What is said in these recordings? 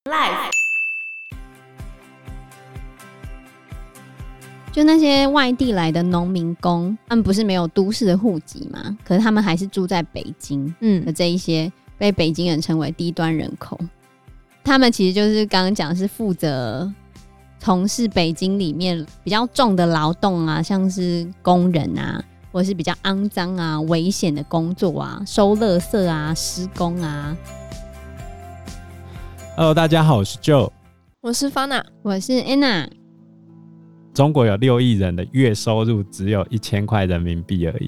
Life 就那些外地来的农民工，他们不是没有都市的户籍吗？可是他们还是住在北京的这一些被北京人称为低端人口。他们其实就是刚刚讲是负责从事北京里面比较重的劳动啊，像是工人啊，或者是比较肮脏啊、危险的工作啊，收垃圾啊、施工啊。 Hello， 大家好，我是 Joe， 我是 Fana， 我是 Anna。 中国有6亿人的月收入只有1000块人民币而已，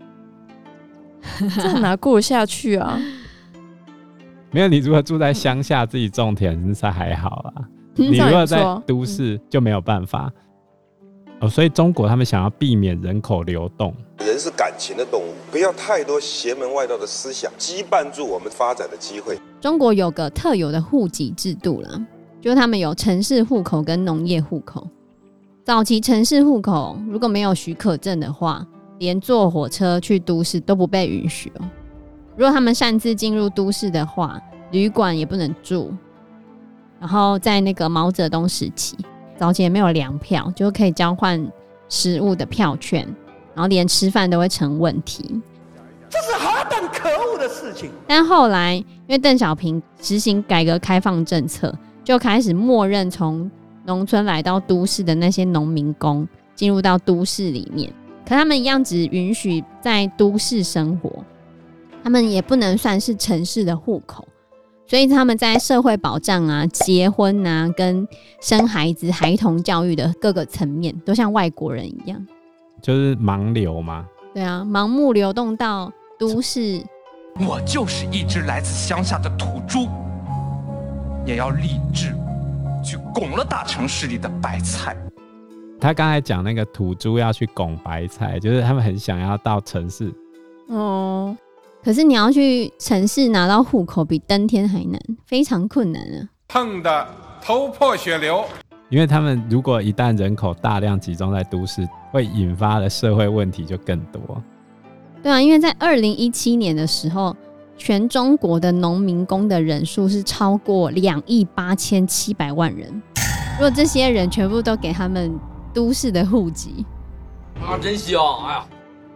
这哪过得下去啊？ 没有，你如果住在乡下自己种田是还好啦，你如果在都市就没有办法。所以中国他们想要避免人口流动。 人是感情的动物，不要太多邪门外道的思想羁绊住我们发展的机会。 中国有个特有的户籍制度啦，就是他们有城市户口跟农业户口。早期城市户口如果没有许可证的话，连坐火车去都市都不被允许哦。如果他们擅自进入都市的话，旅馆也不能住。然后在那个毛泽东时期，早期也没有粮票，就可以交换食物的票券，然后连吃饭都会成问题。 这是何等可恶的事情！ 但后来因为邓小平实行改革开放政策，就开始默认从农村来到都市的那些农民工进入到都市里面，可他们一样只允许在都市生活，他们也不能算是城市的户口，所以他们在社会保障啊、结婚啊、跟生孩子、孩童教育的各个层面都像外国人一样， 就是盲流嘛。 对啊，盲目流动到都市。 我就是一只来自乡下的土猪，也要立志去拱了大城市里的白菜。 他刚才讲那个土猪要去拱白菜，就是他们很想要到城市。 哦，可是你要去城市拿到户口比登天还难，非常困难啊， 碰得头破血流。 因为他们如果一旦人口大量集中在都市，会引发的社会问题就更多。 对啊，因为在2017年的时候，全中国的农民工的人数是超过2.87亿人。如果这些人全部都给他们都市的户籍， 啊，真香！哎呀，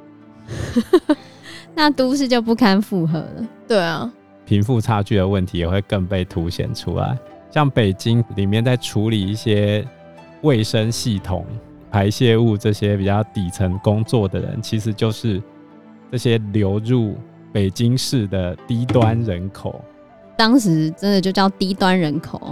那都市就不堪负荷了。 对啊， 贫富差距的问题也会更被凸显出来。像北京里面在处理一些卫生系统、排泄物这些比较底层工作的人，其实就是这些流入北京市的低端人口。 当时真的就叫低端人口，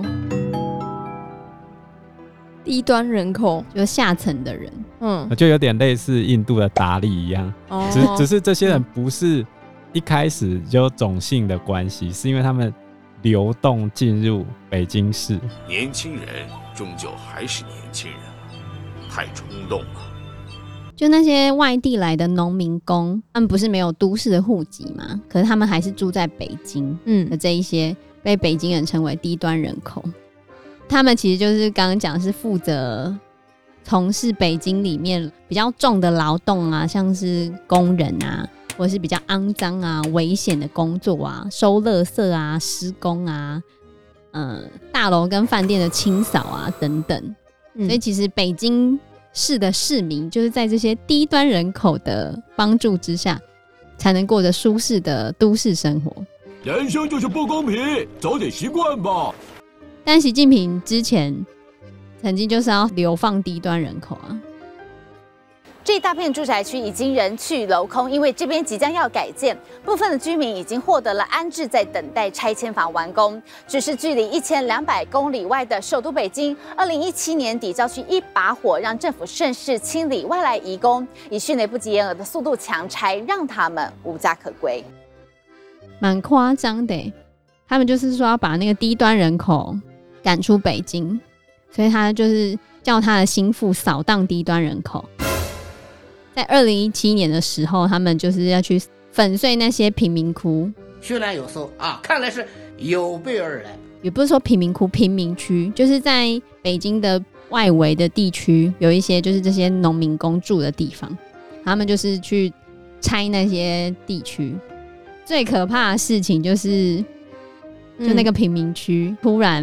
低端人口就是下层的人。 就有点类似印度的达利一样。只是这些人不是一开始就种姓的关系，是因为他们流动进入北京市。 年轻人终究还是年轻人，太冲动了。 就那些外地来的农民工，他们不是没有都市的户籍吗？可是他们还是住在北京的这一些被北京人称为低端人口。他们其实就是刚刚讲是负责从事北京里面比较重的劳动啊，像是工人啊，或者是比较肮脏啊、危险的工作啊，收垃圾啊、施工啊，大楼跟饭店的清扫啊等等。所以其实北京市的市民就是在这些低端人口的帮助之下，才能过着舒适的都市生活。 人生就是不公平，早点习惯吧。 但习近平之前曾经就是要流放低端人口啊。 这一大片住宅区已经人去楼空，因为这边即将要改建，部分的居民已经获得了安置，在等待拆迁房完工。只是距离1200公里外的首都北京，2017年底郊区一把火，让政府顺势清理外来移工，以迅雷不及掩耳的速度强拆，让他们无家可归。 蛮夸张的耶，他们就是说要把那个低端人口赶出北京，所以他就是叫他的心腹扫荡低端人口。在2017年的时候，他们就是要去粉碎那些贫民窟。 训练有素啊，看来是有备而来。 也不是说贫民窟、贫民区，就是在北京的外围的地区，有一些就是这些农民工住的地方，他们就是去拆那些地区。最可怕的事情就是，就那个贫民区突然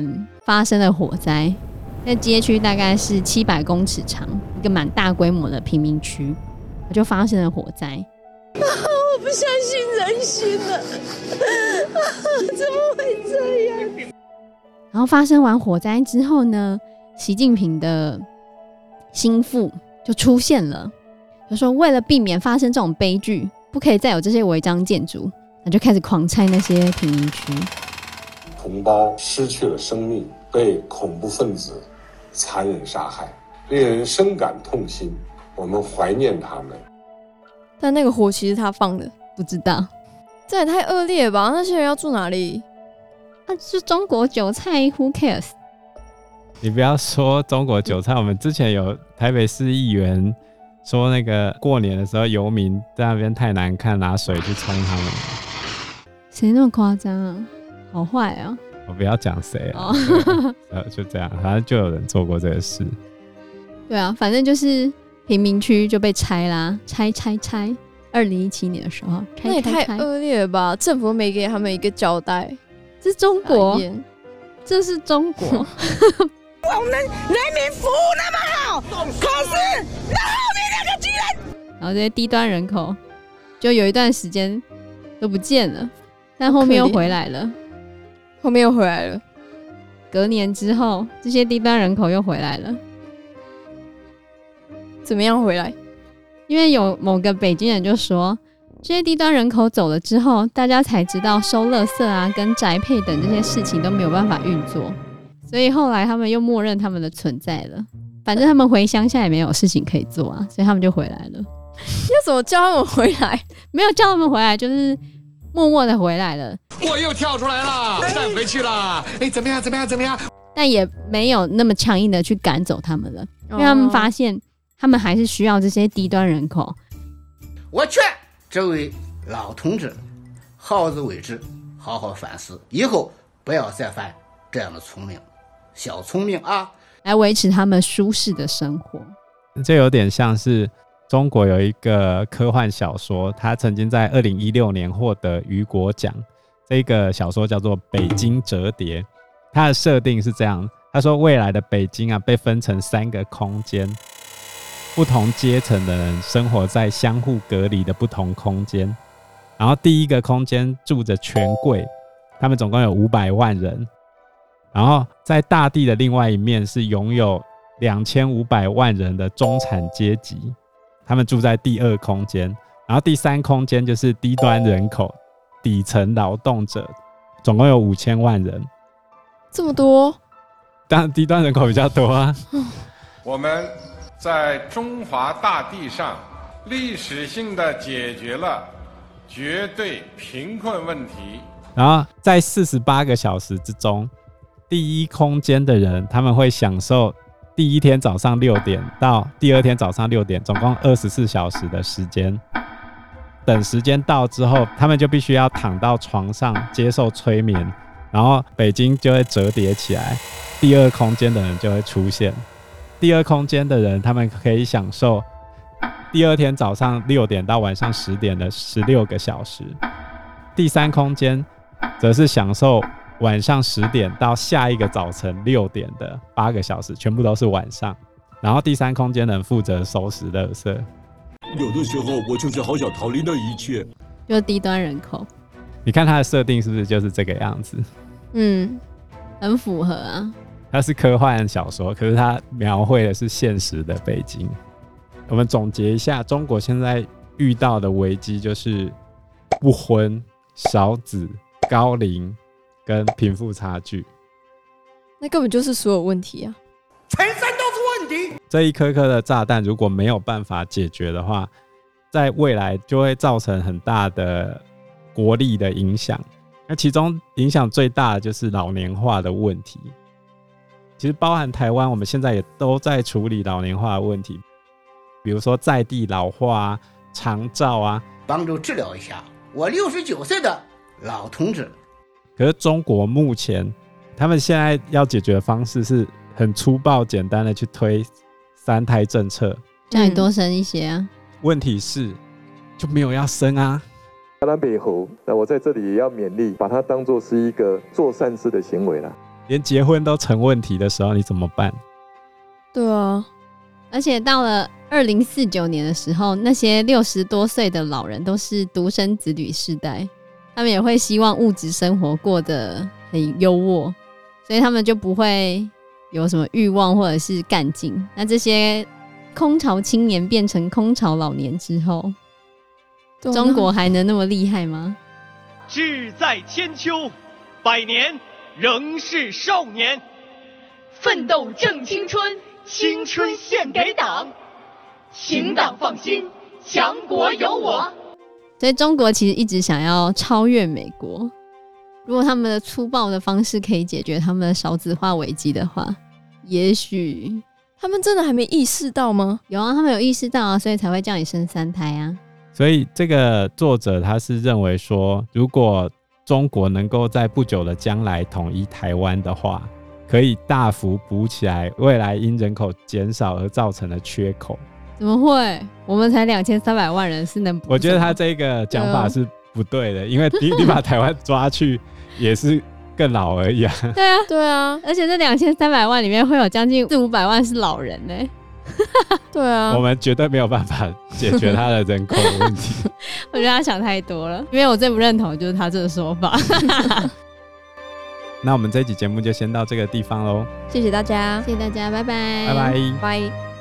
发生了火灾，那街区大概是700公尺长，一个蛮大规模的贫民区，就发生了火灾。 我不相信人心了，怎么会这样？ 然后发生完火灾之后呢，习近平的心腹就出现了，就说为了避免发生这种悲剧，不可以再有这些违章建筑，那就开始狂拆那些贫民区。 同胞失去了生命，被恐怖分子残忍杀害，令人深感痛心。我们怀念他们。 但那个火其实他放的， 不知道， 这也太恶劣了吧？那些人要住哪里？ 是中国韭菜 ，Who cares？ 你不要说中国韭菜，我们之前有台北市议员说，那个过年的时候游民在那边太难看，拿水去冲他们。 谁那么夸张啊？好坏啊！ 我不要讲谁啊，就这样，反正就有人做过这个事。 对啊，反正就是贫民区就被拆啦，拆。2017年的时候，拆。 那也太恶劣了吧！政府没给他们一个交代。 这是中国，这是中国。 我们人民服务那么好，可是那后面那个居然…… 然后这些低端人口就有一段时间都不见了，但后面又回来了。隔年之后，这些低端人口又回来了。 怎么样回来？ 因为有某个北京人就说，这些低端人口走了之后，大家才知道收垃圾啊跟宅配等这些事情都没有办法运作，所以后来他们又默认他们的存在了。反正他们回乡下也没有事情可以做啊，所以他们就回来了。 要怎么叫他们回来？ 没有叫他们回来，就是默默的回来了。 我又跳出来了，再回去了。怎么样？ 但也没有那么强硬的去赶走他们了，因为他们发现他们还是需要这些低端人口。 我劝这位老同志好自为之，好好反思，以后不要再犯这样的小聪明啊， 来维持他们舒适的生活。 这有点像是中国有一个科幻小说，它曾经在2016年获得雨果奖。这个小说叫做《北京折叠》，它的设定是这样：他说未来的北京啊，被分成3个空间，不同阶层的人生活在相互隔离的不同空间。然后第一个空间住着权贵，他们总共有500万人。然后在大地的另外一面是拥有2500万人的中产阶级，他们住在第2空间。然后第3空间就是低端人口，底层劳动者，总共有5000万人。 这么多？ 当然低端人口比较多啊。 我们在中华大地上历史性的解决了绝对贫困问题。 然后在48个小时之中，第1空间的人他们会享受第1天早上6点到第2天早上6点，总共24小时的时间。等时间到之后，他们就必须要躺到床上接受催眠，然后北京就会折叠起来，第2空间的人就会出现。第2空间的人他们可以享受第2天早上6点到晚上10点的16个小时。第3空间则是享受晚上10点到下一个早晨6点的8个小时，全部都是晚上。然后第3空间的人负责收拾垃圾。 有的时候我就是好想逃离那一切。 就低端人口， 你看它的设定是不是就是这个样子？ 很符合啊。 它是科幻小说，可是它描绘的是现实的北京。我们总结一下，中国现在遇到的危机就是不婚、少子、高龄跟贫富差距。 那根本就是所有问题啊， 全身都是问题。 这一颗颗的炸弹如果没有办法解决的话，在未来就会造成很大的国力的影响。那其中影响最大的就是老年化的问题。其实包含台湾，我们现在也都在处理老年化的问题，比如说在地老化啊、长照啊， 帮助治疗一下我69岁的老同志。 可是中国目前他们现在要解决的方式是很粗暴简单的去推3胎政策， 叫你多生一些啊。 问题是就没有要生啊。 南北猴，那我在这里也要勉励，把它当作是一个做善事的行为啦。 连结婚都成问题的时候，你怎么办？ 对啊， 而且到了2049年的时候，那些60多岁的老人都是独生子女世代，他们也会希望物质生活过得很优渥，所以他们就不会有什么欲望或者是干劲。那这些空巢青年变成空巢老年之后，中国还能那么厉害吗？ 志在千秋，百年仍是少年。 奋斗正青春，青春献给党，请党放心，强国有我。 所以中国其实一直想要超越美国，如果他们的粗暴的方式可以解决他们的少子化危机的话，也许他们真的还没意识到吗？ 有啊，他们有意识到啊，所以才会叫你生3胎啊。 所以这个作者他是认为说，如果中国能够在不久的将来统一台湾的话，可以大幅补起来未来因人口减少而造成的缺口。 怎么会？我们才2300万人，是能补？ 我觉得他这个讲法是不对的，因为你把台湾抓去也是更老而已啊。 对啊， 对啊， 而且这2300万里面会有将近400-500万是老人呢。 对啊， 我们绝对没有办法解决他的人口的问题。 我觉得他想太多了，因为我最不认同就是他这个说法。 那我们这一集节目就先到这个地方咯， 谢谢大家， 谢谢大家，拜拜， 拜拜， 拜。